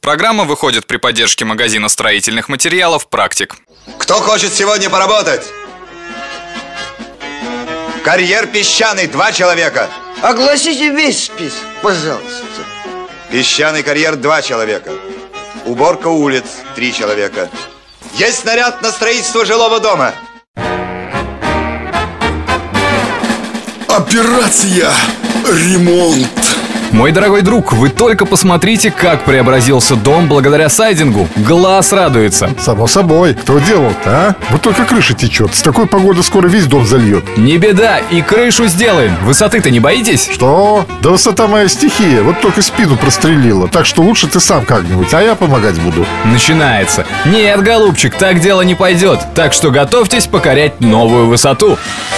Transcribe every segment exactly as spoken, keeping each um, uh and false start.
программа выходит при поддержке магазина строительных материалов «Практик». Кто хочет сегодня поработать? Карьер песчаный, два человека. Огласите весь список, пожалуйста. Песчаный карьер, два человека. Уборка улиц, три человека. Есть снаряд на строительство жилого дома. Операция «Ремонт». Мой дорогой друг, вы только посмотрите, как преобразился дом благодаря сайдингу. Глаз радуется. Само собой. Кто делал-то, а? Вот только крыша течет. С такой погодой скоро весь дом зальет. Не беда, и крышу сделаем. Высоты-то не боитесь? Что? Да высота моя стихия. Вот только спину прострелила. Так что лучше ты сам как-нибудь, а я помогать буду. Начинается. Нет, голубчик, так дело не пойдет. Так что готовьтесь покорять новую высоту.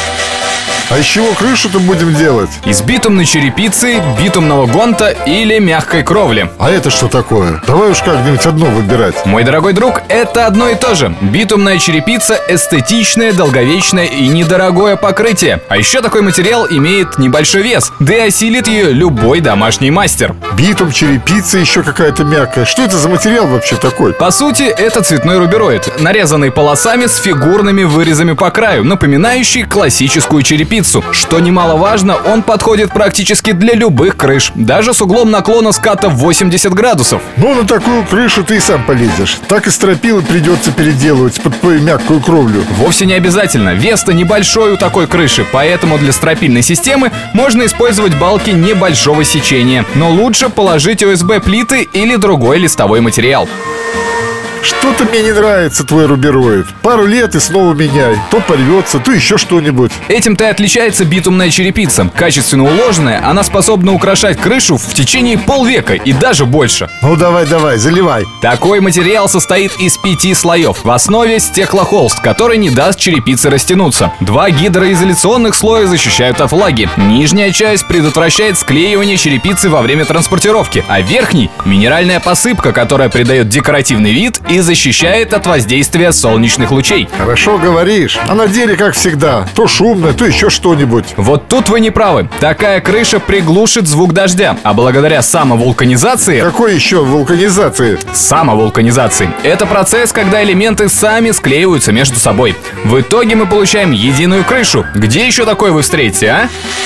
А из чего крышу-то будем делать? Из битумной черепицы, битумного гонта или мягкой кровли. А это что такое? Давай уж как-нибудь одно выбирать. Мой дорогой друг, это одно и то же. Битумная черепица – эстетичное, долговечное и недорогое покрытие. А еще такой материал имеет небольшой вес, да и осилит ее любой домашний мастер. Битум, черепица, еще какая-то мягкая. Что это за материал вообще такой? По сути, это цветной рубероид, нарезанный полосами с фигурными вырезами по краю, напоминающий классическую черепицу. Что немаловажно, он подходит практически для любых крыш, даже с углом наклона ската в восемьдесят градусов. Ну, на такую крышу ты и сам полезешь. Так и стропилы придется переделывать под твою мягкую кровлю. Вовсе не обязательно. Вес-то небольшой у такой крыши, поэтому для стропильной системы можно использовать балки небольшого сечения. Но лучше положить о эс бэ-плиты или другой листовой материал. Что-то мне не нравится твой рубероид. Пару лет и снова меняй. То порвется, то еще что-нибудь. Этим-то и отличается битумная черепица. Качественно уложенная, она способна украшать крышу в течение полвека и даже больше. Ну давай, давай, заливай. Такой материал состоит из пяти слоев. В основе стеклохолст, который не даст черепице растянуться. Два гидроизоляционных слоя защищают от влаги. Нижняя часть предотвращает склеивание черепицы во время транспортировки, а верхний — минеральная посыпка, которая придает декоративный вид и защищает от воздействия солнечных лучей. Хорошо говоришь. А на деле, как всегда, то шумно, то еще что-нибудь. Вот тут вы не правы. Такая крыша приглушит звук дождя, а благодаря самовулканизации... Какой еще вулканизации? Самовулканизации. Это процесс, когда элементы сами склеиваются между собой. В итоге мы получаем единую крышу. Где еще такое вы встретите, а?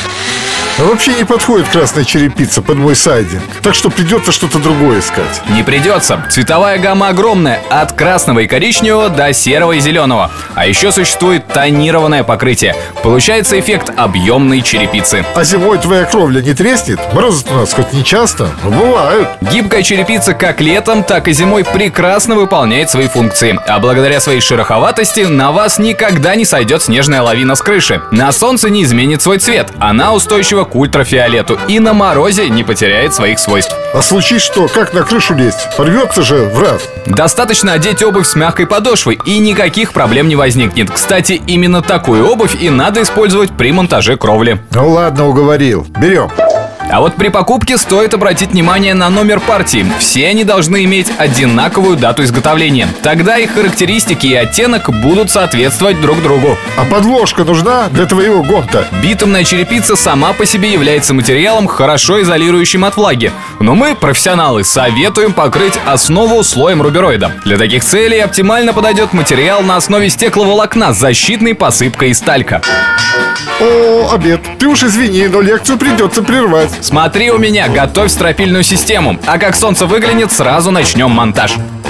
А вообще не подходит красная черепица под мой сайдинг. Так что придется что-то другое искать. Не придется. Цветовая гамма огромная. От красного и коричневого до серого и зеленого. А еще существует тонированное покрытие. Получается эффект объемной черепицы. А зимой твоя кровля не треснет? Морозы у нас хоть не часто, но бывают. Гибкая черепица как летом, так и зимой прекрасно выполняет свои функции. А благодаря своей шероховатости на вас никогда не сойдет снежная лавина с крыши. На солнце не изменит свой цвет. Она устойчива к ультрафиолету и на морозе не потеряет своих свойств. А случись что, как на крышу лезть? Порвется же в раз. Достаточно одеть обувь с мягкой подошвой, и никаких проблем не возникнет. Кстати, именно такую обувь и надо использовать при монтаже кровли. Ну ладно, уговорил. Берем. А вот при покупке стоит обратить внимание на номер партии. Все они должны иметь одинаковую дату изготовления. Тогда их характеристики и оттенок будут соответствовать друг другу. А подложка нужна для твоего гонта? Битумная черепица сама по себе является материалом, хорошо изолирующим от влаги. Но мы, профессионалы, советуем покрыть основу слоем рубероида. Для таких целей оптимально подойдет материал на основе стекловолокна с защитной посыпкой из талька. О, обед. Ты уж извини, но лекцию придется прервать. Смотри у меня, готовь стропильную систему. А как солнце выглянет, сразу начнем монтаж.